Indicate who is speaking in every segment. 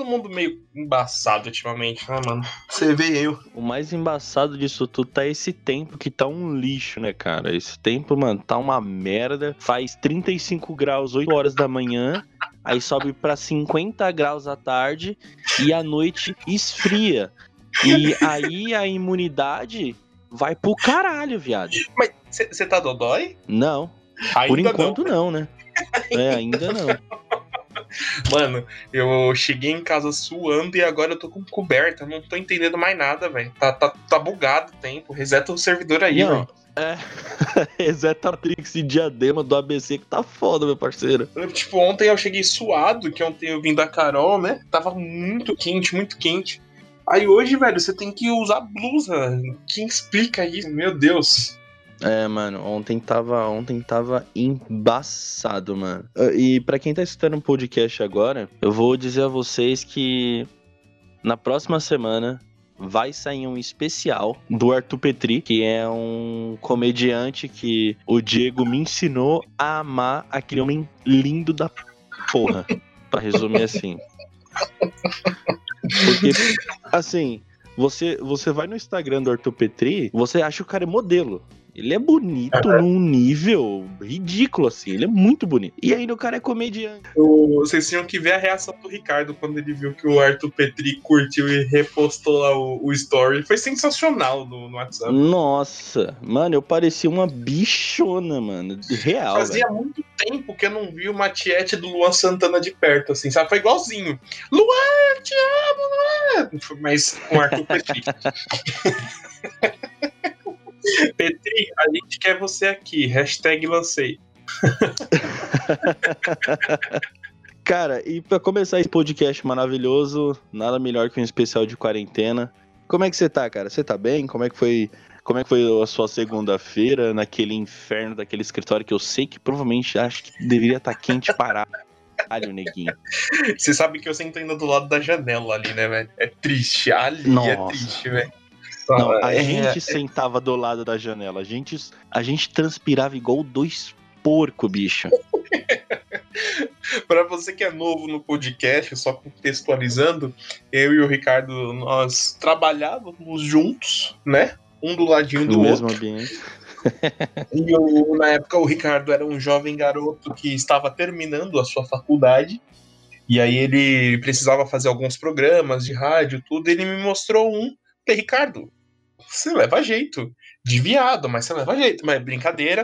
Speaker 1: mundo meio embaçado ultimamente, né, mano? Você vê eu.
Speaker 2: O mais embaçado disso tudo tá esse tempo que tá um lixo, né, cara? Esse tempo, mano, tá uma merda. Faz 35 graus 8 horas da manhã, aí sobe pra 50 graus à tarde e à noite esfria. E aí a imunidade vai pro caralho, viado.
Speaker 1: Mas você tá dodói?
Speaker 2: Não,
Speaker 1: Ainda
Speaker 2: por enquanto não, né? Ainda não.
Speaker 1: Mano, eu cheguei em casa suando e agora eu tô com coberta. Não tô entendendo mais nada, velho. Tá bugado o tempo. Reseta o servidor aí, velho.
Speaker 2: Reseta a Matrix e Diadema do ABC que tá foda, meu parceiro.
Speaker 1: Tipo, ontem eu cheguei suado, que ontem eu vim da Carol, né? Tava muito quente, muito quente. Aí hoje, velho, você tem que usar blusa. Quem explica isso? Meu Deus.
Speaker 2: Mano, ontem tava embaçado, mano. E pra quem tá escutando um podcast agora, eu vou dizer a vocês que na próxima semana vai sair um especial do Arthur Petri, que é um comediante que o Diego me ensinou a amar, aquele homem lindo da porra, pra resumir assim. Porque, assim, você vai no Instagram do Arthur Petri, você acha que o cara é modelo. Ele é bonito num nível ridículo, assim. Ele é muito bonito. E ainda o cara é comediante.
Speaker 1: Vocês tinham que ver a reação do Ricardo quando ele viu que o Arthur Petri curtiu e repostou lá o story. Foi sensacional no WhatsApp.
Speaker 2: Nossa, mano, eu parecia uma bichona, mano. Real,
Speaker 1: Fazia muito tempo que eu não vi uma tiete do Luan Santana de perto, assim, sabe? Foi igualzinho. Luan, eu te amo, Luan! Mas com o Arthur Petri. Petri, a gente quer você aqui. Hashtag lancei.
Speaker 2: Cara, e pra começar esse podcast maravilhoso, nada melhor que um especial de quarentena. Como é que você tá, cara? Você tá bem? Como é que foi a sua segunda-feira naquele inferno daquele escritório que eu sei que provavelmente acho que deveria estar quente para caralho, neguinho?
Speaker 1: Você sabe que eu sento ainda do lado da janela ali, né, velho? É triste. Ali
Speaker 2: Nossa.
Speaker 1: É triste, velho.
Speaker 2: Não, a gente sentava do lado da janela. A gente transpirava igual 2 porcos, bicho.
Speaker 1: Para você que é novo no podcast, só contextualizando, eu e o Ricardo, nós trabalhávamos juntos, né? Um do ladinho do
Speaker 2: no
Speaker 1: outro.
Speaker 2: mesmo ambiente.
Speaker 1: E na época o Ricardo era um jovem garoto que estava terminando a sua faculdade. E aí ele precisava fazer alguns programas de rádio, tudo. E ele me mostrou um. Falei, Ricardo, você leva jeito. De viado, mas você leva jeito. Mas brincadeira.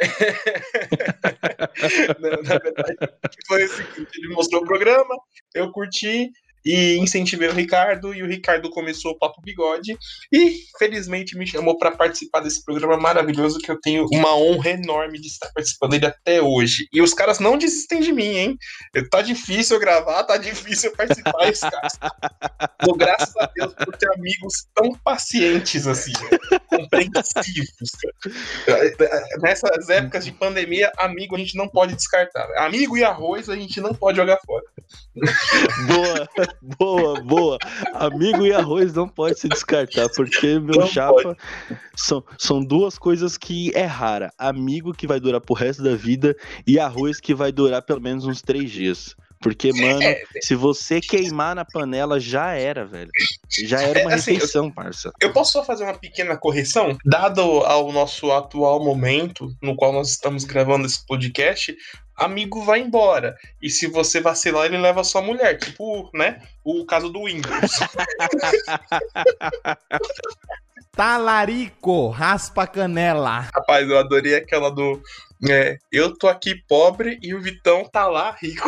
Speaker 1: Na verdade, foi o seguinte: ele mostrou o programa, eu curti e incentivei o Ricardo. E o Ricardo começou o Papo Bigode. E felizmente me chamou para participar desse programa maravilhoso, que eu tenho uma honra enorme de estar participando dele até hoje. E os caras não desistem de mim, hein? Tá difícil eu gravar, tá difícil eu participar, os caras. Dou graças a Deus por ter amigos tão pacientes assim, compreensivos. Nessas épocas de pandemia, amigo a gente não pode descartar. Amigo e arroz a gente não pode jogar fora.
Speaker 2: Boa. Amigo e arroz não pode se descartar, porque, meu
Speaker 1: Não
Speaker 2: chapa, são duas coisas que é rara. Amigo que vai durar pro resto da vida e arroz que vai durar pelo menos uns 3 dias. Porque, mano, se você queimar na panela, já era, velho. Já era uma refeição, parça.
Speaker 1: Eu posso só fazer uma pequena correção? Dado ao nosso atual momento, no qual nós estamos gravando esse podcast, amigo vai embora. E se você vacilar, ele leva a sua mulher. Tipo, né? O caso do Windows.
Speaker 3: Talarico, raspa a canela.
Speaker 1: Rapaz, eu adorei aquela do... eu tô aqui pobre e o Vitão tá lá rico.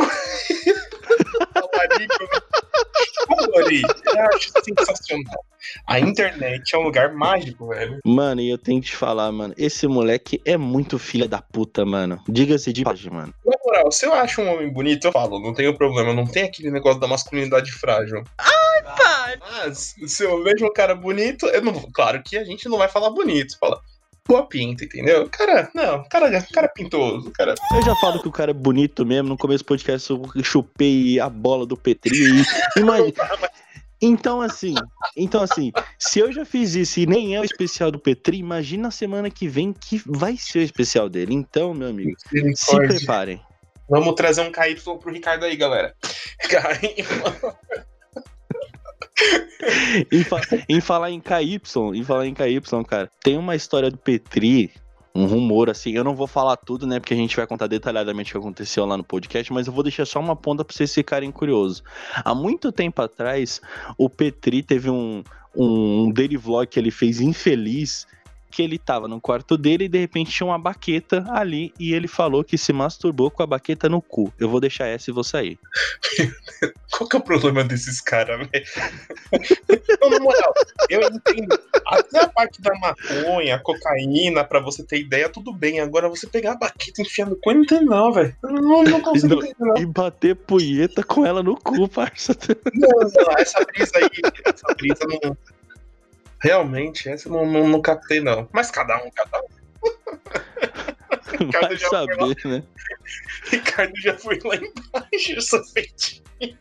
Speaker 1: Adorei. Eu acho sensacional. A internet é um lugar mágico, velho.
Speaker 2: Mano, e eu tenho que te falar, mano, esse moleque é muito filha da puta, mano. Diga-se de passagem, mano.
Speaker 1: Na moral, se eu acho um homem bonito, eu falo, não tenho problema, não tem aquele negócio da masculinidade frágil. Ai, pai! Mas, se eu vejo um cara bonito, eu não... Claro que a gente não vai falar bonito, fala... Boa pinta, entendeu? Cara pintoso, cara.
Speaker 2: Eu já falo que o cara é bonito mesmo. No começo do podcast eu chupei a bola do Petri. Imagina. Então assim, se eu já fiz isso e nem é o especial do Petri, imagina a semana que vem que vai ser o especial dele. Então, meu amigo, se preparem.
Speaker 1: Vamos trazer um KY pro Ricardo aí, galera.
Speaker 2: Em falar em KY, cara, tem uma história do Petri, um rumor assim, eu não vou falar tudo, né, porque a gente vai contar detalhadamente o que aconteceu lá no podcast, mas eu vou deixar só uma ponta pra vocês ficarem curiosos. Há muito tempo atrás, o Petri teve um daily vlog que ele fez infeliz, que ele tava no quarto dele e de repente tinha uma baqueta ali e ele falou que se masturbou com a baqueta no cu. Eu vou deixar essa e vou sair.
Speaker 1: Qual que é o problema desses caras, velho? Não, na moral, eu entendo. Até a parte da maconha, cocaína, pra você ter ideia, tudo bem. Agora você pegar a baqueta e enfiar no cu, eu não entendo não, velho. Não consigo entender não.
Speaker 2: E bater punheta com ela no cu, parça.
Speaker 1: Não, essa brisa não... Realmente, essa eu não captei, não. Mas cada um. Ricardo
Speaker 2: Vai
Speaker 1: já
Speaker 2: saber,
Speaker 1: foi lá.
Speaker 2: né?
Speaker 1: Ricardo já foi lá embaixo, somente.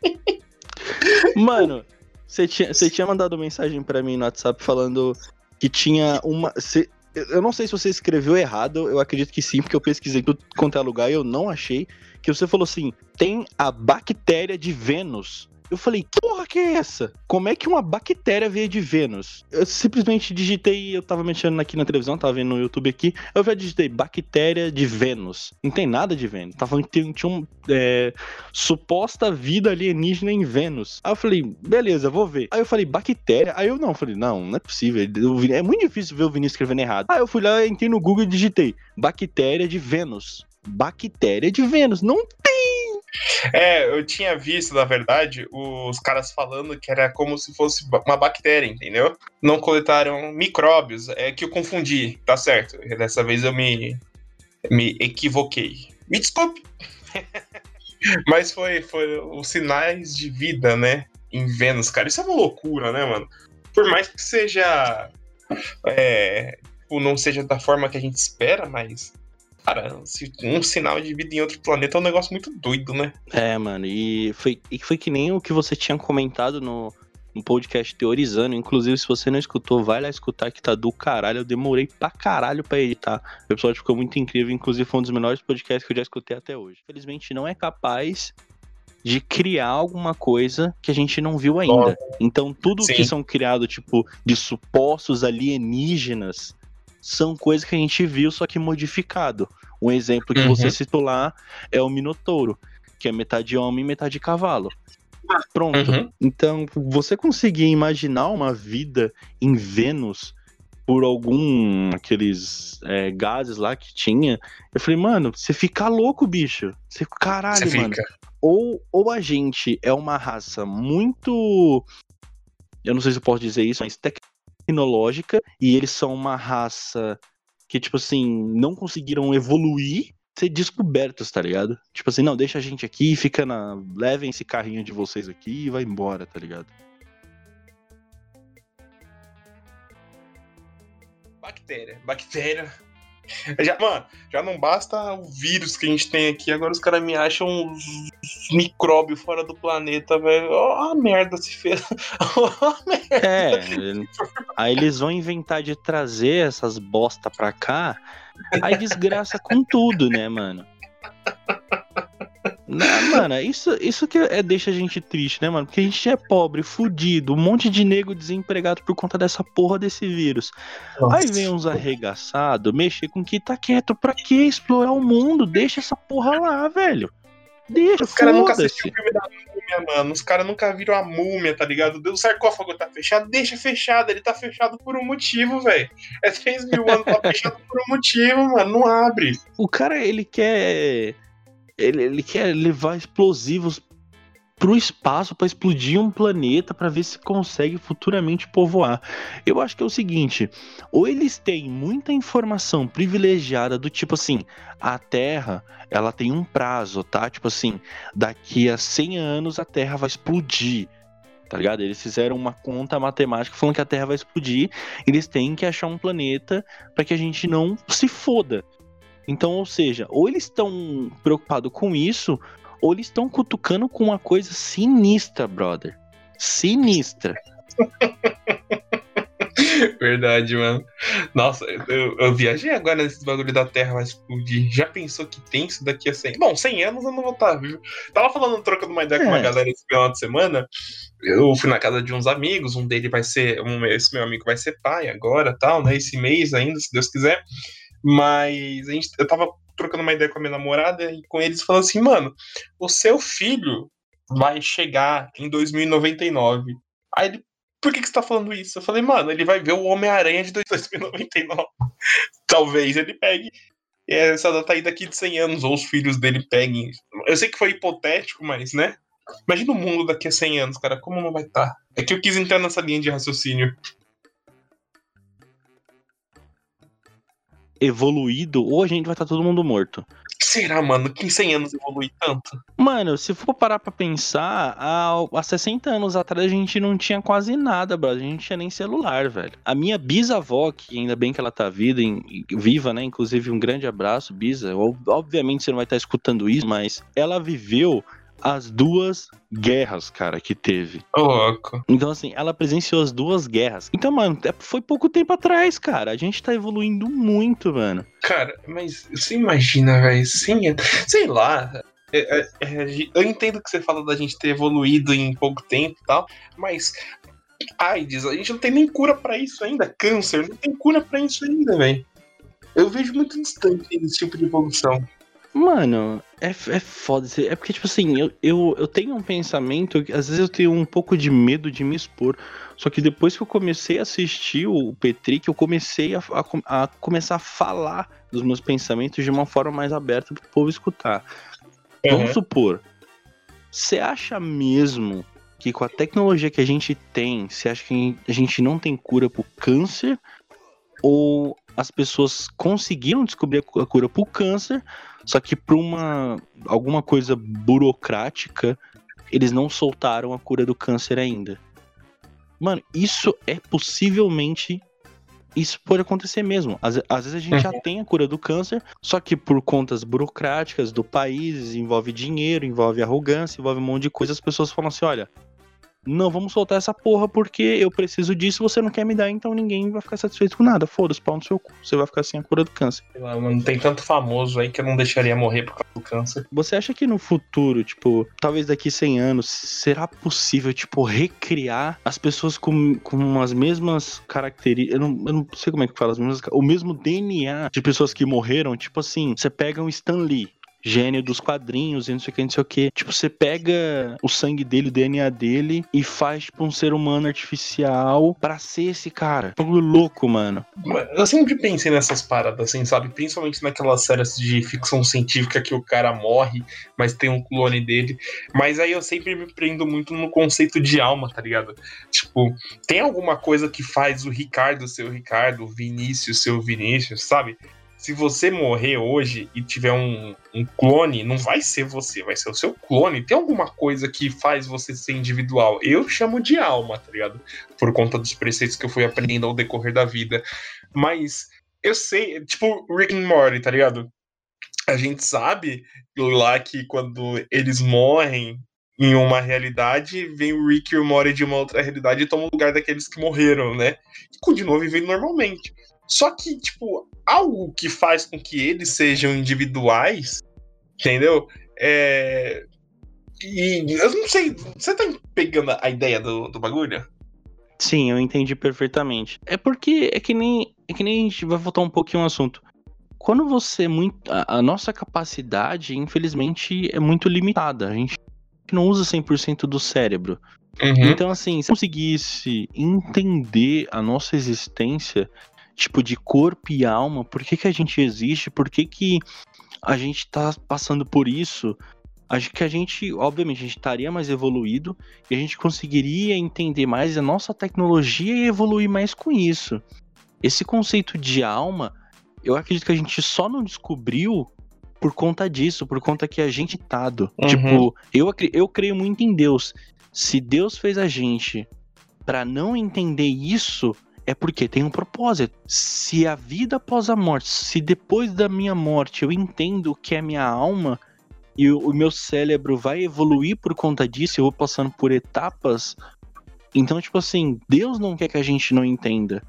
Speaker 2: Mano, você tinha mandado mensagem pra mim no WhatsApp falando que tinha uma... Eu não sei se você escreveu errado, eu acredito que sim, porque eu pesquisei tudo quanto é lugar e eu não achei. Que você falou assim, tem a bactéria de Vênus. Eu falei, que porra que é essa? Como é que uma bactéria veio de Vênus? Eu simplesmente digitei, eu tava mexendo aqui na televisão, tava vendo no YouTube aqui, eu já digitei bactéria de Vênus. Não tem nada de Vênus. Tava falando que tinha uma suposta vida alienígena em Vênus. Aí eu falei, beleza, vou ver. Aí eu falei, bactéria? Aí eu falei, não é possível. É muito difícil ver o Vinícius escrevendo errado. Aí eu fui lá, entrei no Google e digitei bactéria de Vênus. Bactéria de Vênus. Não tem!
Speaker 1: Eu tinha visto, na verdade, os caras falando que era como se fosse uma bactéria, entendeu? Não coletaram micróbios, é que eu confundi, tá certo? Dessa vez eu me equivoquei. Me desculpe! Mas foi os sinais de vida, né? Em Vênus, cara. Isso é uma loucura, né, mano? Por mais que seja... não seja da forma que a gente espera, mas... Cara, um sinal de vida em outro planeta é um negócio muito doido, né?
Speaker 2: Mano, e foi que nem o que você tinha comentado no podcast Teorizando. Inclusive, se você não escutou, vai lá escutar que tá do caralho. Eu demorei pra caralho pra editar. O episódio ficou muito incrível, inclusive foi um dos melhores podcasts que eu já escutei até hoje. Infelizmente, não é capaz de criar alguma coisa que a gente não viu ainda. Então, tudo
Speaker 1: Sim.
Speaker 2: que são criados, tipo, de supostos alienígenas... são coisas que a gente viu, só que modificado. Um exemplo que você citou lá é o Minotouro, que é metade homem e metade cavalo. Pronto. Então, você conseguir imaginar uma vida em Vênus por aqueles gases lá que tinha, eu falei, mano, você fica louco, bicho. Caralho, mano. Ou a gente é uma raça muito... Eu não sei se eu posso dizer isso, mas tecnológica, e eles são uma raça que, tipo assim, não conseguiram evoluir, ser descobertos, tá ligado? Tipo assim, não, deixa a gente aqui, levem esse carrinho de vocês aqui e vai embora, tá ligado?
Speaker 1: Bactéria. Já não basta o vírus que a gente tem aqui, agora os caras me acham uns micróbios fora do planeta, velho. Ó, a merda se fez.
Speaker 2: Aí eles vão inventar de trazer essas bosta pra cá, aí desgraça com tudo, né, mano? Não, mano, isso que deixa a gente triste, né, mano? Porque a gente é pobre, fudido, um monte de nego desempregado por conta dessa porra desse vírus. Nossa. Aí vem uns arregaçados, mexer com que tá quieto. Pra que explorar o mundo? Deixa essa porra lá, velho. Deixa,
Speaker 1: os caras nunca assistiram o filme da múmia, mano. Os caras nunca viram a múmia, tá ligado? O sarcófago tá fechado, deixa fechado. Ele tá fechado por um motivo, velho. É 3 mil anos, tá fechado por um motivo, mano. Não abre.
Speaker 2: O cara, ele quer levar explosivos pro espaço pra explodir um planeta pra ver se consegue futuramente povoar. Eu acho que é o seguinte, ou eles têm muita informação privilegiada do tipo assim, a Terra, ela tem um prazo, tá? Tipo assim, daqui a 100 anos a Terra vai explodir, tá ligado? Eles fizeram uma conta matemática falando que a Terra vai explodir, eles têm que achar um planeta pra que a gente não se foda. Então, ou seja, ou eles estão preocupados com isso, ou eles estão cutucando com uma coisa sinistra, brother. Sinistra.
Speaker 1: Verdade, mano. Nossa, eu viajei agora nesse bagulho da Terra vai explodir. Já pensou que tem isso daqui a 100? Bom, 100 anos eu não vou estar vivo. Tava falando, trocando uma ideia com uma galera esse final de semana. Eu fui na casa de uns amigos, um dele vai ser, esse meu amigo vai ser pai agora, tal, né? Esse mês ainda, se Deus quiser. Mas eu tava trocando uma ideia com a minha namorada e com eles falando assim, mano, o seu filho vai chegar em 2099. Aí ele, por que você tá falando isso? Eu falei, mano, ele vai ver o Homem-Aranha de 2099. Talvez ele pegue essa data aí daqui de 100 anos, ou os filhos dele peguem. Eu sei que foi hipotético, mas, né? Imagina o mundo daqui a 100 anos, cara, como não vai estar? É que eu quis entrar nessa linha de raciocínio.
Speaker 2: Evoluído, ou a gente vai estar todo mundo morto.
Speaker 1: Será, mano, que em 100 anos evolui tanto?
Speaker 2: Mano, se for parar pra pensar, há 60 anos atrás a gente não tinha quase nada, brother. A gente não tinha nem celular, velho. A minha bisavó, que ainda bem que ela tá viva, né? Inclusive, um grande abraço, Bisa. Obviamente você não vai estar escutando isso, mas ela viveu as 2 guerras, cara, que teve.
Speaker 1: Louco.
Speaker 2: Então, assim, ela presenciou as 2 guerras. Então, mano, foi pouco tempo atrás, cara. A gente tá evoluindo muito, mano.
Speaker 1: Cara, mas você imagina, velho, sim, sei lá. Eu entendo que você fala da gente ter evoluído em pouco tempo e tal, mas AIDS, a gente não tem nem cura pra isso ainda. Câncer, não tem cura pra isso ainda, velho. Eu vejo muito distante esse tipo de evolução.
Speaker 2: Mano, é foda. É porque, tipo assim, eu tenho um pensamento que às vezes eu tenho um pouco de medo de me expor. Só que depois que eu comecei a assistir o Petri, que eu comecei a começar a falar dos meus pensamentos de uma forma mais aberta pro povo escutar. Vamos supor, você acha mesmo que com a tecnologia que a gente tem, você acha que a gente não tem cura pro câncer? Ou as pessoas conseguiram descobrir a cura pro câncer, só que por alguma coisa burocrática, eles não soltaram a cura do câncer ainda? Mano, isso é possivelmente... Isso pode acontecer mesmo. Às vezes a gente já tem a cura do câncer, só que por contas burocráticas do país, envolve dinheiro, envolve arrogância, envolve um monte de coisa, as pessoas falam assim, olha, não vamos soltar essa porra porque eu preciso disso, você não quer me dar, então ninguém vai ficar satisfeito com nada. Foda-se, pau no seu cu. Você vai ficar sem a cura do câncer.
Speaker 1: Sei lá, mano, tem tanto famoso aí que eu não deixaria morrer por causa do câncer.
Speaker 2: Você acha que no futuro, tipo, talvez daqui 100 anos, será possível, tipo, recriar as pessoas com as mesmas características? Eu não sei como é que fala, o mesmo DNA de pessoas que morreram? Tipo assim, você pega um Stan Lee, gênio dos quadrinhos e não sei o que. Tipo, você pega o sangue dele, o DNA dele e faz, tipo, um ser humano artificial pra ser esse cara. Bagulho louco, mano.
Speaker 1: Eu sempre pensei nessas paradas, assim, sabe? Principalmente naquelas séries de ficção científica que o cara morre, mas tem um clone dele. Mas aí eu sempre me prendo muito no conceito de alma, tá ligado? Tipo, tem alguma coisa que faz o Ricardo ser o Ricardo, o Vinícius ser o Vinícius, sabe? Se você morrer hoje e tiver um clone, não vai ser você, vai ser o seu clone. Tem alguma coisa que faz você ser individual? Eu chamo de alma, tá ligado? Por conta dos preceitos que eu fui aprendendo ao decorrer da vida. Mas eu sei, tipo Rick and Morty, tá ligado? A gente sabe lá que quando eles morrem em uma realidade, vem o Rick e o Morty de uma outra realidade e toma o lugar daqueles que morreram, né? E continuam vivendo normalmente. Só que, tipo, algo que faz com que eles sejam individuais, entendeu? E eu não sei, você tá pegando a ideia do bagulho?
Speaker 2: Sim, eu entendi perfeitamente. É porque é que nem a gente vai voltar um pouquinho ao assunto. Quando você a nossa capacidade, infelizmente, é muito limitada. A gente não usa 100% do cérebro. Então, assim, se conseguisse entender a nossa existência, tipo, de corpo e alma, por que a gente existe, por que a gente tá passando por isso, acho que a gente, obviamente, a gente estaria mais evoluído e a gente conseguiria entender mais a nossa tecnologia e evoluir mais com isso. Esse conceito de alma, eu acredito que a gente só não descobriu por conta disso, por conta que a gente tá dado. Tipo, eu creio muito em Deus. Se Deus fez a gente pra não entender isso, é porque tem um propósito. Se a vida após a morte, se depois da minha morte eu entendo o que é minha alma e o meu cérebro vai evoluir por conta disso, eu vou passando por etapas, então, tipo assim, Deus não quer que a gente não entenda.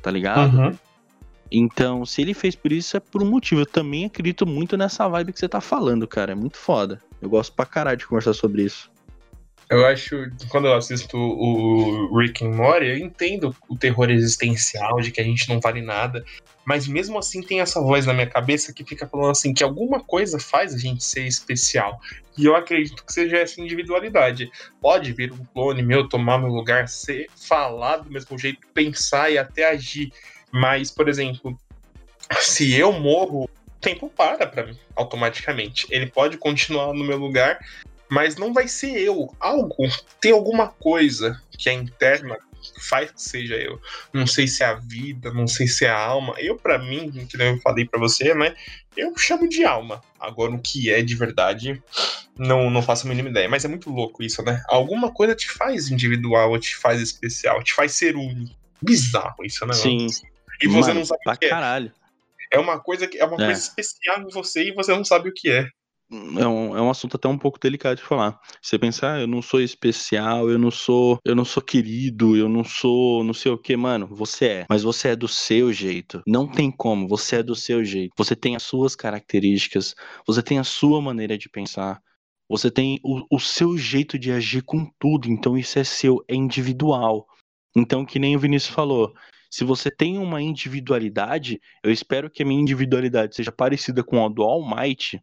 Speaker 2: tá ligado?
Speaker 1: Uhum.
Speaker 2: Então, se ele fez por isso, é por um motivo. Eu também acredito muito nessa vibe que você tá falando, cara. É muito foda. Eu gosto pra caralho de conversar sobre isso.
Speaker 1: Eu acho, quando eu assisto o Rick and Morty, eu entendo o terror existencial de que a gente não vale nada, mas mesmo assim tem essa voz na minha cabeça que fica falando assim, que alguma coisa faz a gente ser especial. E eu acredito que seja essa individualidade. Pode vir um clone meu tomar meu lugar, ser falar do mesmo jeito, pensar e até agir. Mas, por exemplo, se eu morro, o tempo para pra mim, automaticamente. Ele pode continuar no meu lugar, mas não vai ser eu. Tem alguma coisa que é interna faz que seja eu. Não sei se é a vida, não sei se é a alma. Eu, pra mim, que eu falei pra você, né? Eu chamo de alma. Agora, o que é de verdade, não faço a mínima ideia. Mas é muito louco isso, né? Alguma coisa te faz individual, te faz especial, te faz ser único. Bizarro isso, né?
Speaker 2: Sim.
Speaker 1: E você
Speaker 2: Mano,
Speaker 1: não sabe
Speaker 2: pra
Speaker 1: o que é.
Speaker 2: caralho.
Speaker 1: É uma coisa especial em você e você não sabe o que é.
Speaker 2: É um assunto até um pouco delicado de falar. Você pensar, eu não sou especial, eu não sou querido, eu não sou não sei o que, mano, você é. Mas você é do seu jeito. Não tem como, você é do seu jeito. Você tem as suas características, você tem a sua maneira de pensar, você tem o seu jeito de agir com tudo. Então isso é seu, é individual. Então, que nem o Vinícius falou, se você tem uma individualidade, eu espero que a minha individualidade seja parecida com a do All Might.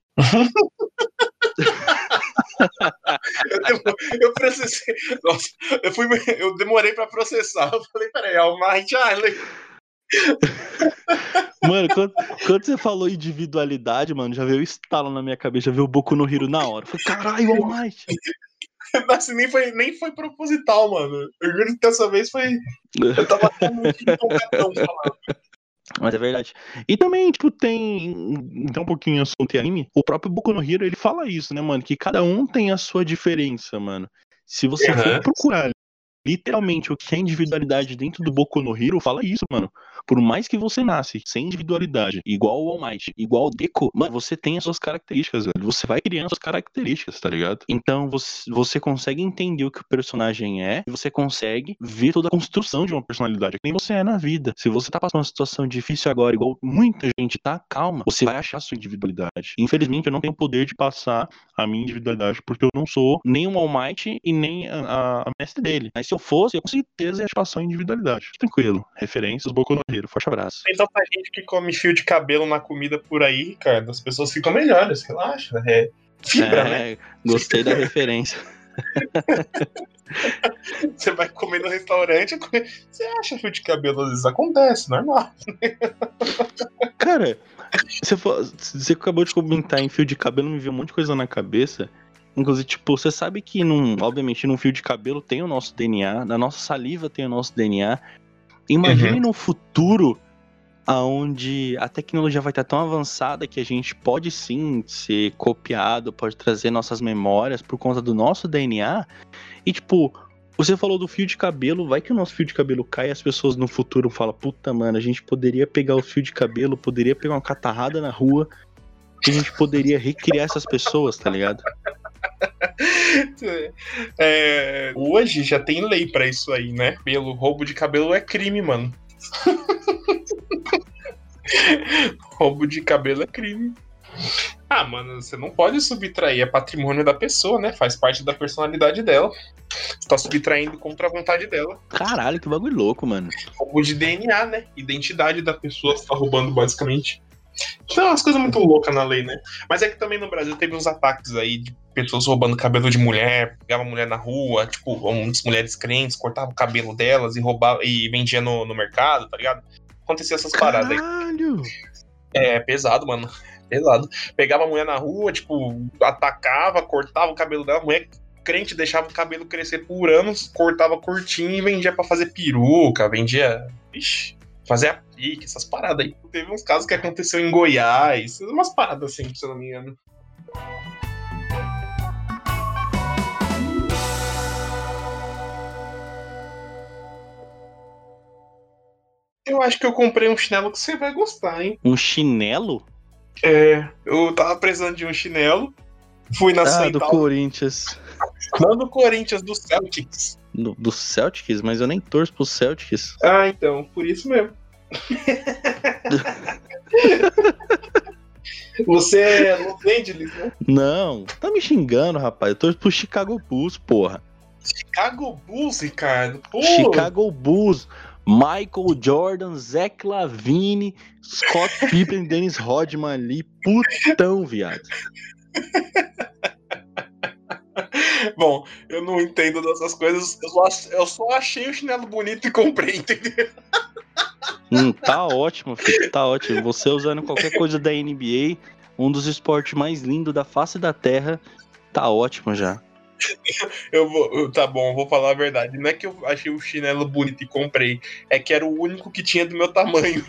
Speaker 1: Eu processei. Nossa, eu demorei pra processar. Eu falei, peraí, é o Might Allen.
Speaker 2: Mano, quando você falou individualidade, mano, já veio o estalo na minha cabeça, já veio o Boku no Hero na hora. Eu falei, caralho, All Might.
Speaker 1: Nossa, nem foi proposital, mano. Eu juro que dessa vez foi. Eu tava tão muito empolgadão falando.
Speaker 2: Mas é verdade. E também, tipo, tem um pouquinho assunto em anime. O próprio Boku no Hero, ele fala isso, né, mano? Que cada um tem a sua diferença, mano. Se você for procurar literalmente o que é individualidade dentro do Boku no Hero, fala isso, mano. Por mais que você nasce sem individualidade, igual o All Might, igual o Deku, mano, você tem as suas características, velho. Você vai criando as suas características, tá ligado? Então você consegue entender o que o personagem é e você consegue ver toda a construção de uma personalidade, que nem você é na vida. Se você tá passando uma situação difícil agora, igual muita gente tá, calma, você vai achar a sua individualidade. Infelizmente, eu não tenho o poder de passar a minha individualidade, porque eu não sou nem o All Might e nem a mestre dele. Mas se eu fosse, eu com certeza ia passar a individualidade. Tranquilo. Referências, Boku no Hero. Forte abraço.
Speaker 1: Tem tanta gente que come fio de cabelo na comida por aí, Ricardo. As pessoas ficam melhores, relaxa. É fibra, né?
Speaker 2: Gostei da referência.
Speaker 1: Você vai comer no restaurante, você acha fio de cabelo, às vezes acontece, normal.
Speaker 2: Cara, você acabou de comentar em fio de cabelo, me veio um monte de coisa na cabeça. Inclusive, tipo, você sabe que, obviamente, num fio de cabelo tem o nosso DNA, na nossa saliva tem o nosso DNA. Imagine no futuro, onde a tecnologia vai estar tão avançada que a gente pode sim ser copiado, pode trazer nossas memórias por conta do nosso DNA. E, tipo, você falou do fio de cabelo, vai que o nosso fio de cabelo cai e as pessoas no futuro falam, puta, mano, a gente poderia pegar o fio de cabelo, poderia pegar uma catarrada na rua, que a gente poderia recriar essas pessoas, tá ligado?
Speaker 1: Hoje já tem lei pra isso aí, né? Pelo roubo de cabelo é crime, mano. Roubo de cabelo é crime. Ah, mano, você não pode subtrair, é patrimônio da pessoa, né? Faz parte da personalidade dela. Você tá subtraindo contra a vontade dela.
Speaker 2: Caralho, que bagulho louco, mano.
Speaker 1: Roubo de DNA, né? Identidade da pessoa, você tá roubando basicamente. Então, umas coisas muito loucas na lei, né? Mas é que também no Brasil teve uns ataques aí de pessoas roubando cabelo de mulher, pegava mulher na rua, tipo, umas mulheres crentes, cortava o cabelo delas e roubava e vendia no mercado, tá ligado? Acontecia essas paradas aí.
Speaker 2: Caralho!
Speaker 1: É pesado, mano. Pesado. Pegava a mulher na rua, tipo, atacava, cortava o cabelo dela, a mulher crente deixava o cabelo crescer por anos, cortava curtinho e vendia pra fazer peruca, vendia. Ixi. Fazer aplique, essas paradas aí. Teve uns casos que aconteceu em Goiás, umas paradas assim, se eu não me engano. Eu acho que eu comprei um chinelo que você vai gostar, hein?
Speaker 2: Um chinelo?
Speaker 1: Eu tava precisando de um chinelo, fui na Central.
Speaker 2: Do Corinthians.
Speaker 1: Não do Corinthians, do Celtics.
Speaker 2: Do Celtics? Mas eu nem torço pro Celtics.
Speaker 1: Ah, então, por isso mesmo. Você é Los Angeles, né?
Speaker 2: Não, tá me xingando, rapaz. Eu torço pro Chicago Bulls, porra.
Speaker 1: Chicago Bulls, Ricardo. Pô,
Speaker 2: Chicago Bulls. Michael Jordan, Zach LaVine, Scott Pippen, Dennis Rodman ali. Putão, viado.
Speaker 1: bom, eu não entendo dessas coisas. Eu só achei o chinelo bonito e comprei, entendeu?
Speaker 2: Tá ótimo, filho. Tá ótimo. Você usando qualquer coisa da NBA, um dos esportes mais lindos da face da Terra, tá ótimo já.
Speaker 1: Tá bom, eu vou falar a verdade. Não é que eu achei o chinelo bonito e comprei, é que era o único que tinha do meu tamanho.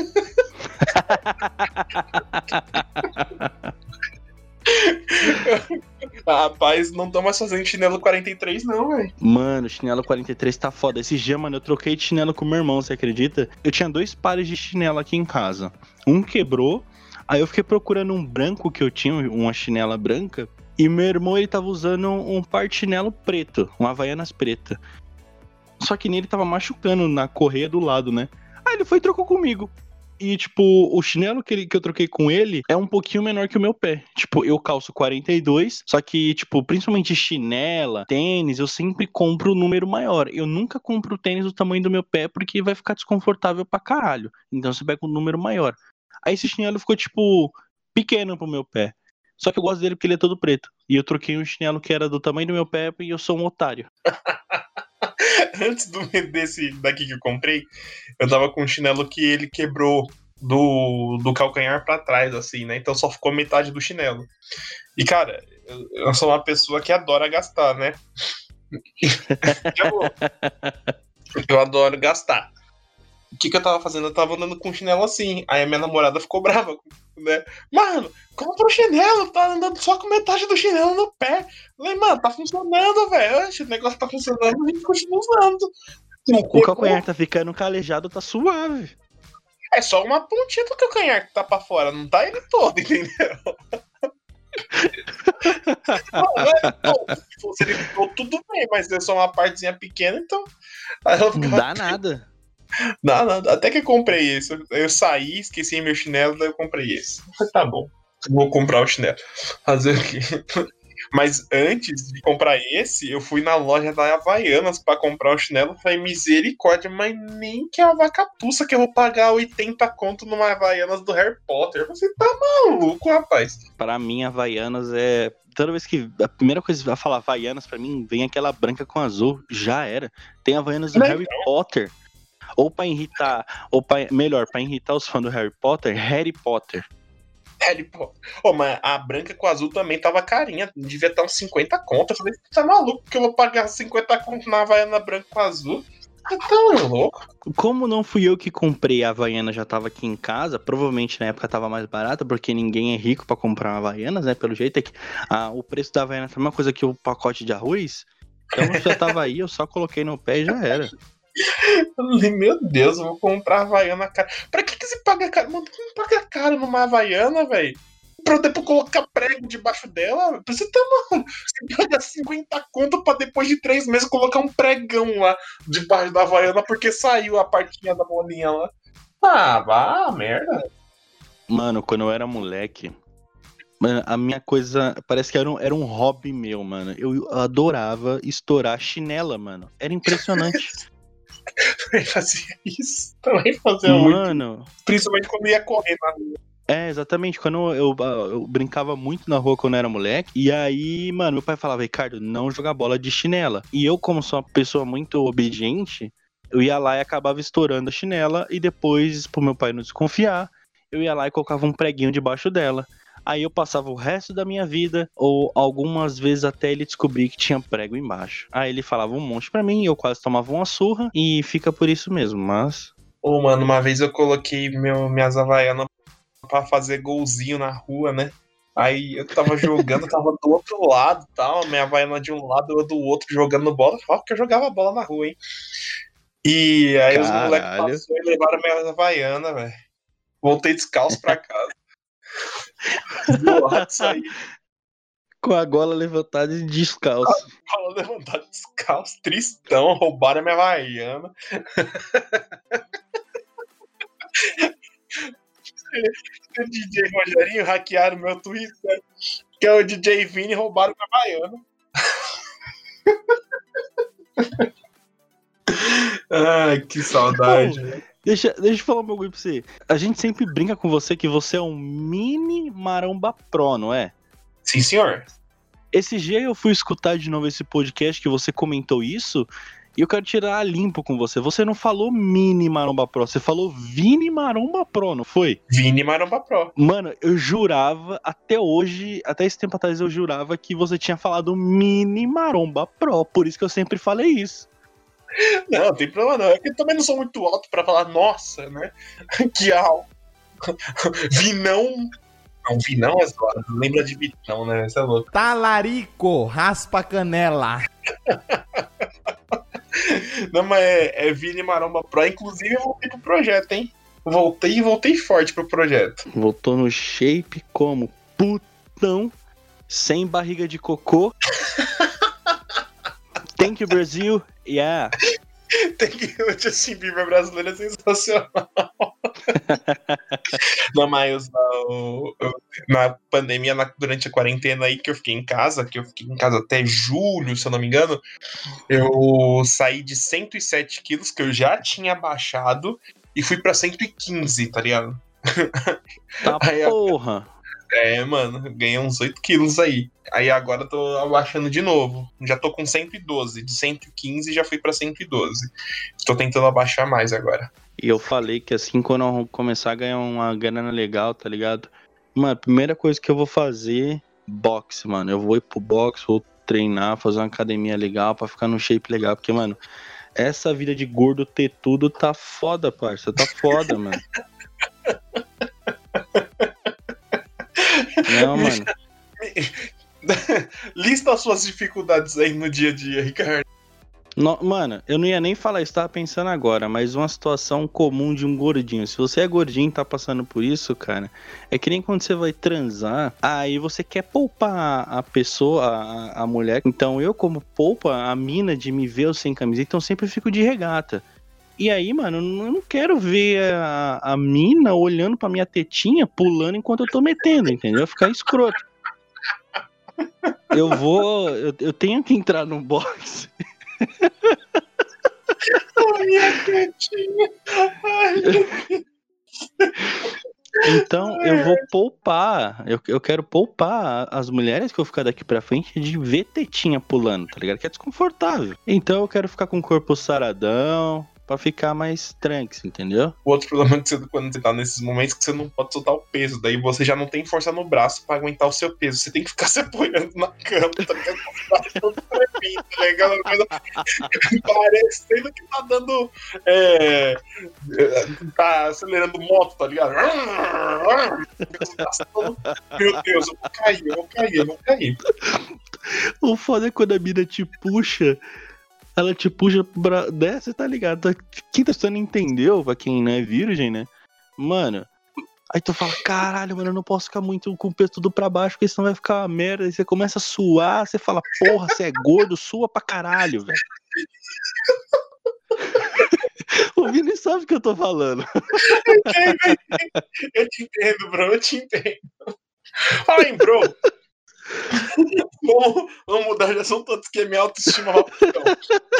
Speaker 1: Rapaz, não tô mais fazendo chinelo 43, não, velho.
Speaker 2: Mano, o chinelo 43 tá foda. Esse dia, mano, eu troquei de chinelo com meu irmão, você acredita? Eu tinha 2 pares de chinelo aqui em casa. Um quebrou, aí eu fiquei procurando um branco que eu tinha, uma chinela branca, e meu irmão, ele tava usando um par de chinelo preto, um Havaianas preta. Só que nele tava machucando na correia do lado, né? Aí ele foi e trocou comigo. E, tipo, o chinelo que eu troquei com ele é um pouquinho menor que o meu pé. Tipo, eu calço 42, só que, tipo, principalmente chinela, tênis, eu sempre compro o número maior. Eu nunca compro tênis do tamanho do meu pé porque vai ficar desconfortável pra caralho. Então você pega um número maior. Aí esse chinelo ficou, tipo, pequeno pro meu pé. Só que eu gosto dele porque ele é todo preto. E eu troquei um chinelo que era do tamanho do meu pé e eu sou um otário.
Speaker 1: Antes desse daqui que eu comprei, eu tava com um chinelo que ele quebrou do calcanhar pra trás, assim, né? Então só ficou metade do chinelo. E, cara, eu sou uma pessoa que adora gastar, né? Eu adoro gastar. O que eu tava fazendo? Eu tava andando com um chinelo assim. Aí a minha namorada ficou brava, né? Mano, compra um chinelo, tá andando só com metade do chinelo no pé. Eu falei, mano, tá funcionando, velho. O negócio tá funcionando, a gente continua usando.
Speaker 2: O calcanhar tá ficando calejado, tá suave.
Speaker 1: É só uma pontinha do calcanhar que tá pra fora, não tá ele todo, entendeu? Se ele ficou tudo bem, mas é só uma partezinha pequena, então.
Speaker 2: Não dá nada.
Speaker 1: Nada. Até que eu comprei esse. Eu saí, esqueci meu chinelo, daí eu comprei esse. Tá bom. Vou comprar o chinelo. Fazer o quê? Mas antes de comprar esse, eu fui na loja da Havaianas pra comprar o chinelo. Falei, misericórdia, mas nem que a vaca puça que eu vou pagar 80 conto numa Havaianas do Harry Potter. Você tá maluco, rapaz?
Speaker 2: Pra mim, Havaianas é... Toda vez que a primeira coisa a falar Havaianas, pra mim, vem aquela branca com azul. Já era. Tem Havaianas do Harry Potter. Ou pra irritar... Melhor, pra irritar os fãs do Harry Potter, Harry Potter.
Speaker 1: Harry Potter. Oh, mas a branca com azul também tava carinha. Devia estar uns 50 conto. Eu falei, tá maluco que eu vou pagar 50 conto na Havaiana branca com azul? Tá louco.
Speaker 2: Como não fui eu que comprei a Havaiana, já tava aqui em casa, provavelmente na época tava mais barata, porque ninguém é rico pra comprar uma Havaianas, né? Pelo jeito é que o preço da Havaiana foi a mesma coisa que o pacote de arroz. Então já tava aí, eu só coloquei no pé e já era.
Speaker 1: Eu falei, meu Deus, eu vou comprar a Havaiana cara. Pra que você paga caro? Mano, quem paga caro numa Havaiana, velho? Pra depois colocar prego debaixo dela? Você tá maluco? Você paga 50 conto pra depois de 3 meses colocar um pregão lá debaixo da Havaiana porque saiu a partinha da bolinha lá. Ah, vá, merda.
Speaker 2: Mano, quando eu era moleque, mano, a minha coisa, parece que era um hobby meu, mano. Eu adorava estourar chinela, mano. Era impressionante.
Speaker 1: Também fazia isso. Também fazia muito.
Speaker 2: Mano,
Speaker 1: Principalmente quando ia correr na rua.
Speaker 2: exatamente. Quando eu brincava muito na rua quando eu era moleque. E aí, mano, meu pai falava, Ricardo, não jogar bola de chinela. E eu, como sou uma pessoa muito obediente, eu ia lá e acabava estourando a chinela. E depois, pro meu pai não desconfiar, eu ia lá e colocava um preguinho debaixo dela. Aí eu passava o resto da minha vida, ou algumas vezes até ele descobrir que tinha prego embaixo. Aí ele falava um monte pra mim, eu quase tomava uma surra, e fica por isso mesmo, mas...
Speaker 1: Ô, mano, uma vez eu coloquei minhas Havaianas pra fazer golzinho na rua, né? Aí eu tava jogando, tava do outro lado e tal, minha Havaiana de um lado, eu do outro, jogando bola. Ó, porque eu jogava bola na rua, hein? E aí os moleques passaram e levaram minhas Havaianas, velho. Voltei descalço pra casa. Saí.
Speaker 2: Com a gola levantada e descalço.
Speaker 1: Com a gola levantada descalço, tristão, roubaram a minha Havaiana. O DJ Rogerinho hackearam meu Twitter, que é o DJ Vini, roubaram o Havaiano. Ai, que saudade.
Speaker 2: Pô, deixa eu falar um bagulho pra você. A gente sempre brinca com você que você é um mini Maromba Pro, não é?
Speaker 1: Sim, senhor.
Speaker 2: Esse dia eu fui escutar de novo esse podcast que você comentou isso, e eu quero tirar a limpo com você. Você não falou mini Maromba Pro, você falou Vini Maromba Pro, não foi?
Speaker 1: Vini Maromba Pro.
Speaker 2: Mano, eu jurava, até hoje, até esse tempo atrás eu jurava que você tinha falado mini Maromba Pro, por isso que eu sempre falei isso.
Speaker 1: Não, não tem problema não. É que eu também não sou muito alto pra falar, nossa, né? Que alto. Vinão. Não, Vinão é só. Lembra de Vitão, né? Isso é louco.
Speaker 3: Talarico, raspa canela.
Speaker 1: Não, mas é Vini Maromba Pro. Inclusive, eu voltei pro projeto, hein? Voltei forte pro projeto.
Speaker 2: Voltou no shape como putão, sem barriga de cocô. Thank you, Brasil. Yeah.
Speaker 1: Tem que o Justin Bieber brasileiro é sensacional. Não, mas na pandemia, durante a quarentena aí que eu fiquei em casa até julho, se eu não me engano, eu saí de 107 quilos, que eu já tinha baixado, e fui pra 115, tá ligado?
Speaker 2: Tá
Speaker 1: Aí,
Speaker 2: porra.
Speaker 1: Mano, ganhei uns 8 quilos aí. Aí agora eu tô abaixando de novo. Já tô com 112. De 115 já fui pra 112. Tô tentando abaixar mais agora.
Speaker 2: E eu falei que assim, quando eu começar a ganhar uma grana legal, tá ligado? Mano, a primeira coisa que eu vou fazer, boxe, mano. Eu vou ir pro boxe, vou treinar, fazer uma academia legal pra ficar num shape legal. Porque, mano, essa vida de gordo ter tudo tá foda, parça. Tá foda, mano. Não, mano.
Speaker 1: Lista as suas dificuldades aí no dia a dia, Ricardo.
Speaker 2: Mano, eu não ia nem falar isso, tava pensando agora, mas uma situação comum de um gordinho. Se você é gordinho e tá passando por isso, cara, é que nem quando você vai transar, aí você quer poupar a pessoa, a mulher. Então eu, como poupa a mina de me ver sem camiseta, então sempre fico de regata. E aí, mano, eu não quero ver a mina olhando pra minha tetinha, pulando enquanto eu tô metendo, entendeu? Ficar escroto. Eu tenho que entrar no boxe.
Speaker 1: A minha tetinha.
Speaker 2: Então eu vou poupar, eu quero poupar as mulheres que eu ficar daqui pra frente de ver tetinha pulando, tá ligado? Que é desconfortável. Então eu quero ficar com o corpo saradão, pra ficar mais tranquilo, entendeu?
Speaker 1: O outro problema é que quando você tá nesses momentos que você não pode soltar o peso, daí você já não tem força no braço pra aguentar o seu peso, você tem que ficar se apoiando na cama, tá ligado? Tá ligado? Parecendo que tá dando tá acelerando moto, tá ligado? Meu Deus, eu vou cair.
Speaker 2: O foda é quando a mina te puxa. Ela te puxa pra... Você tá ligado? Quem tá estudando entendeu, pra quem não é virgem, né? Mano, aí tu fala, caralho, mano, eu não posso ficar muito com o peso tudo pra baixo, porque senão vai ficar uma merda. Aí você começa a suar, você fala, porra, você é gordo, sua pra caralho, velho. O Vini sabe o que eu tô falando.
Speaker 1: Eu te entendo, bro, eu te entendo. Fala aí, bro. Vamos mudar de assunto antes que a minha autoestima vá pro chão.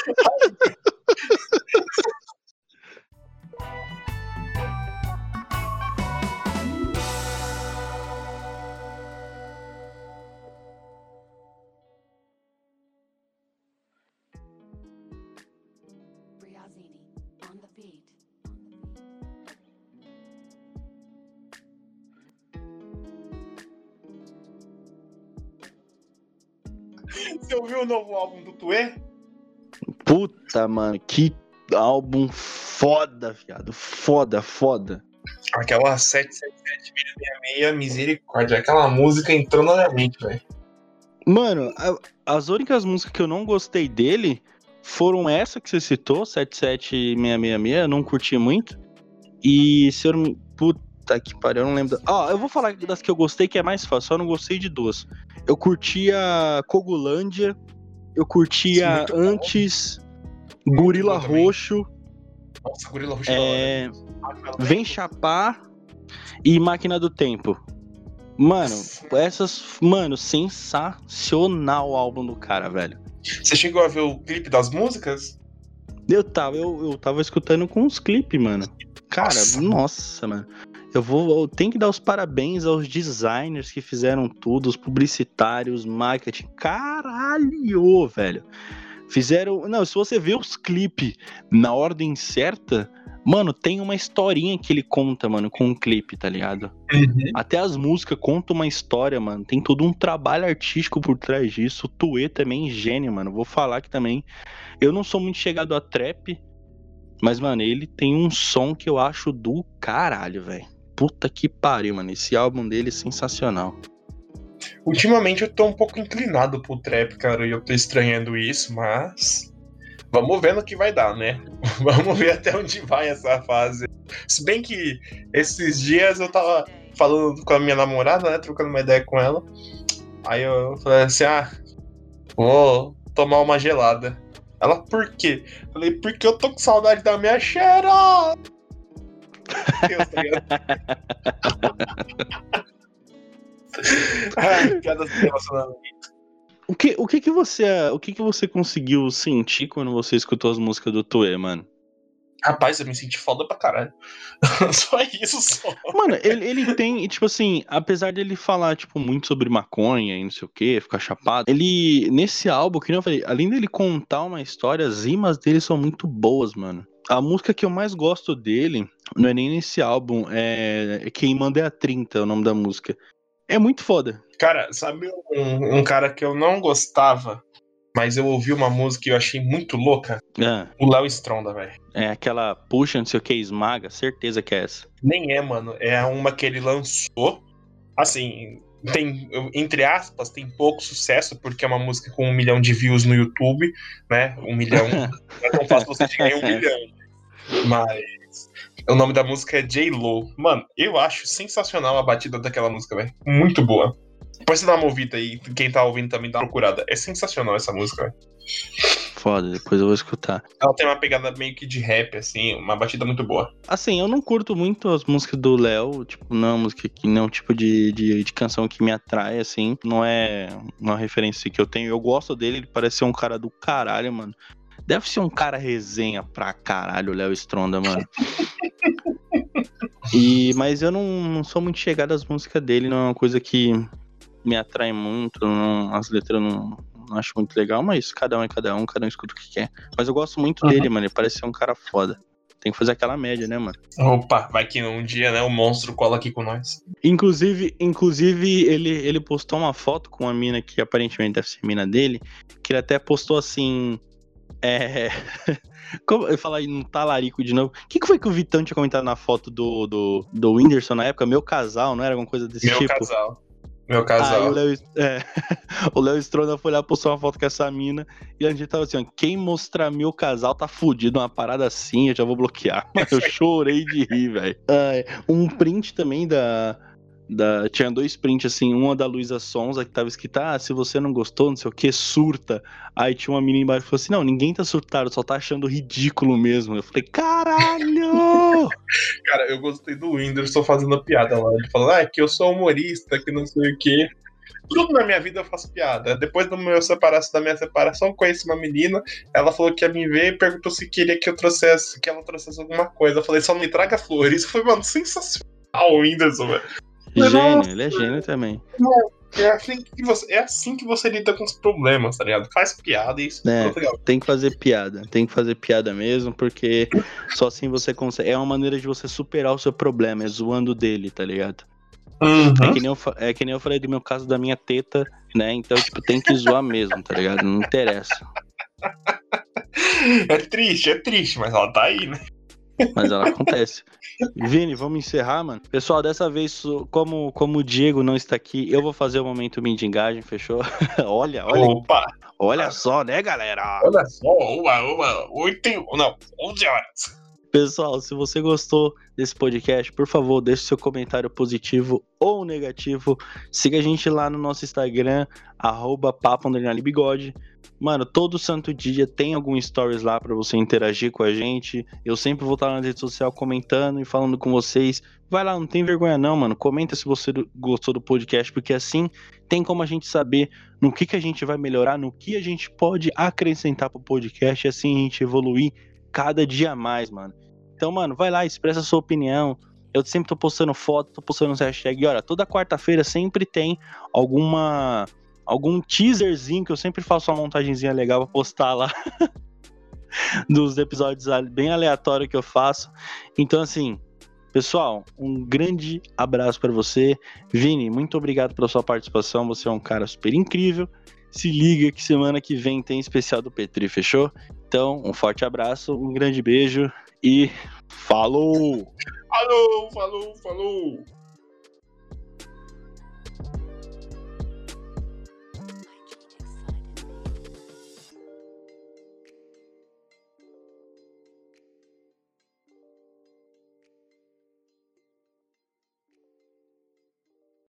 Speaker 1: Você ouviu o novo álbum do Tuê?
Speaker 2: Puta, mano, que álbum foda, viado. Foda.
Speaker 1: Aquela 777-666, misericórdia. Aquela música entrou na minha mente, velho.
Speaker 2: Mano, as únicas músicas que eu não gostei dele foram essa que você citou, 77666, eu não curti muito. E se eu não me... Puta que pariu, eu não lembro. Eu vou falar das que eu gostei, que é mais fácil, só não gostei de duas. Eu curtia Cogulândia, eu curtia Antes, Gorila Roxo.
Speaker 1: Nossa, Gorila Roxo.
Speaker 2: Vem Chapar, E Máquina do Tempo. Mano, Mano, sensacional o álbum do cara, velho.
Speaker 1: Você chegou a ver o clipe das músicas?
Speaker 2: Eu tava escutando com os clipes, mano. Cara, nossa, mano. Eu tenho que dar os parabéns aos designers que fizeram tudo, os publicitários, marketing. Caralho, velho. Fizeram... Não, se você ver os clipes na ordem certa, mano, tem uma historinha que ele conta, mano, com um clipe, tá ligado?
Speaker 1: Uhum.
Speaker 2: Até as músicas contam uma história, mano. Tem todo um trabalho artístico por trás disso. O Tuê também é gênio, mano. Vou falar que também... Eu não sou muito chegado a trap, mas, mano, ele tem um som que eu acho do caralho, velho. Puta que pariu, mano. Esse álbum dele é sensacional.
Speaker 1: Ultimamente eu tô um pouco inclinado pro trap, cara, e eu tô estranhando isso, mas vamos ver no que vai dar, né? Vamos ver até onde vai essa fase. Se bem que esses dias eu tava falando com a minha namorada, né? Trocando uma ideia com ela. Aí eu falei assim, vou tomar uma gelada. Ela, por quê? Falei, porque eu tô com saudade da minha cheira! Deus, tá ligado? Piadas de relacionamento.
Speaker 2: O que você conseguiu sentir quando você escutou as músicas do Tuê, mano?
Speaker 1: Rapaz, eu me senti foda pra caralho. Só isso, só.
Speaker 2: Mano, ele tem, tipo assim, apesar dele falar, tipo, muito sobre maconha e não sei o que, ficar chapado, ele, nesse álbum, que nem eu falei, além dele contar uma história, as rimas dele são muito boas, mano. A música que eu mais gosto dele, não é nem nesse álbum, é Quem Manda é a 30, é o nome da música. É muito foda.
Speaker 1: Cara, sabe um cara que eu não gostava, mas eu ouvi uma música e eu achei muito louca? O Léo Stronda, velho.
Speaker 2: É aquela puxa, não sei o que, esmaga, certeza que é essa.
Speaker 1: Nem é, mano. É uma que ele lançou. Assim, tem, entre aspas, tem pouco sucesso, porque é uma música com 1 milhão de views no YouTube, né? 1 milhão. Não é tão fácil você chegar em 1 milhão. Mas o nome da música é J-Lo. Mano, eu acho sensacional a batida daquela música, velho. Muito boa. Depois você dá uma ouvida aí, quem tá ouvindo também dá uma procurada. É sensacional essa música, velho.
Speaker 2: Foda, depois eu vou escutar.
Speaker 1: Ela tem uma pegada meio que de rap, assim, uma batida muito boa.
Speaker 2: Assim, eu não curto muito as músicas do Léo, tipo, não é uma música que não é um tipo de canção que me atrai, assim. Não é uma referência que eu tenho. Eu gosto dele, ele parece ser um cara do caralho, mano. Deve ser um cara resenha pra caralho, o Léo Stronda, mano. Mas eu não sou muito chegado às músicas dele, não é uma coisa que me atrai muito, as letras não acho muito legal, mas cada um é cada um escuta o que quer. Mas eu gosto muito dele, mano, ele parece ser um cara foda. Tem que fazer aquela média, né, mano?
Speaker 1: Opa, vai que um dia, né, o monstro cola aqui com nós.
Speaker 2: Inclusive ele postou uma foto com uma mina que aparentemente deve ser mina dele, que ele até postou assim... Como eu falar no talarico de novo. O que foi que o Vitão tinha comentado na foto do Whindersson na época? Meu casal, não era alguma coisa desse tipo?
Speaker 1: Meu casal.
Speaker 2: Aí o Léo Stronda foi lá, postou uma foto com essa mina e a gente tava assim, ó, quem mostrar meu casal tá fudido, uma parada assim, eu já vou bloquear. Eu chorei de rir, velho. Um print também tinha 2 prints, assim, uma da Luísa Sonza, que tava escrito, se você não gostou, não sei o que, surta. Aí tinha uma menina embaixo que falou assim, não, ninguém tá surtado, só tá achando ridículo mesmo. Eu falei, caralho!
Speaker 1: Cara, eu gostei do Whindersson fazendo a piada lá. Ele falou, que eu sou humorista, que não sei o que. Tudo na minha vida eu faço piada. Depois da minha separação, conheci uma menina, ela falou que ia me ver e perguntou se queria que ela trouxesse alguma coisa. Eu falei, só me traga flores. Foi, mano, sensacional o Whindersson, velho.
Speaker 2: Gênio, ele é gênio também.
Speaker 1: É assim que você lida com os problemas, tá ligado? Faz piada e isso
Speaker 2: é legal. Tem que fazer piada mesmo, porque só assim você consegue. É uma maneira de você superar o seu problema, é zoando dele, tá ligado?
Speaker 1: Uhum.
Speaker 2: É que nem eu falei do meu caso da minha teta, né? Então, tipo, tem que zoar mesmo, tá ligado? Não interessa.
Speaker 1: É triste, mas ela tá aí, né?
Speaker 2: Mas ela acontece. Vini, vamos encerrar, mano? Pessoal, dessa vez, como o Diego não está aqui, eu vou fazer o momento mendigagem, fechou? olha.
Speaker 1: Opa!
Speaker 2: Olha só, né, galera?
Speaker 1: Olha só, 11 horas.
Speaker 2: Pessoal, se você gostou desse podcast, por favor, deixe seu comentário positivo ou negativo. Siga a gente lá no nosso Instagram, @papo_bigode. Mano, todo santo dia tem algum stories lá pra você interagir com a gente. Eu sempre vou estar na rede social comentando e falando com vocês. Vai lá, não tem vergonha não, mano. Comenta se você gostou do podcast, porque assim tem como a gente saber no que a gente vai melhorar, no que a gente pode acrescentar pro podcast e assim a gente evoluir cada dia mais, mano. Então, mano, vai lá, expressa a sua opinião. Eu sempre tô postando foto, tô postando uns hashtags. E olha, toda quarta-feira sempre tem algum teaserzinho que eu sempre faço uma montagenzinha legal pra postar lá dos episódios bem aleatórios que eu faço. Então, assim, pessoal, um grande abraço pra você. Vini, muito obrigado pela sua participação. Você é um cara super incrível. Se liga que semana que vem tem especial do Petri, fechou? Então, um forte abraço, um grande beijo e falou!
Speaker 1: Falou!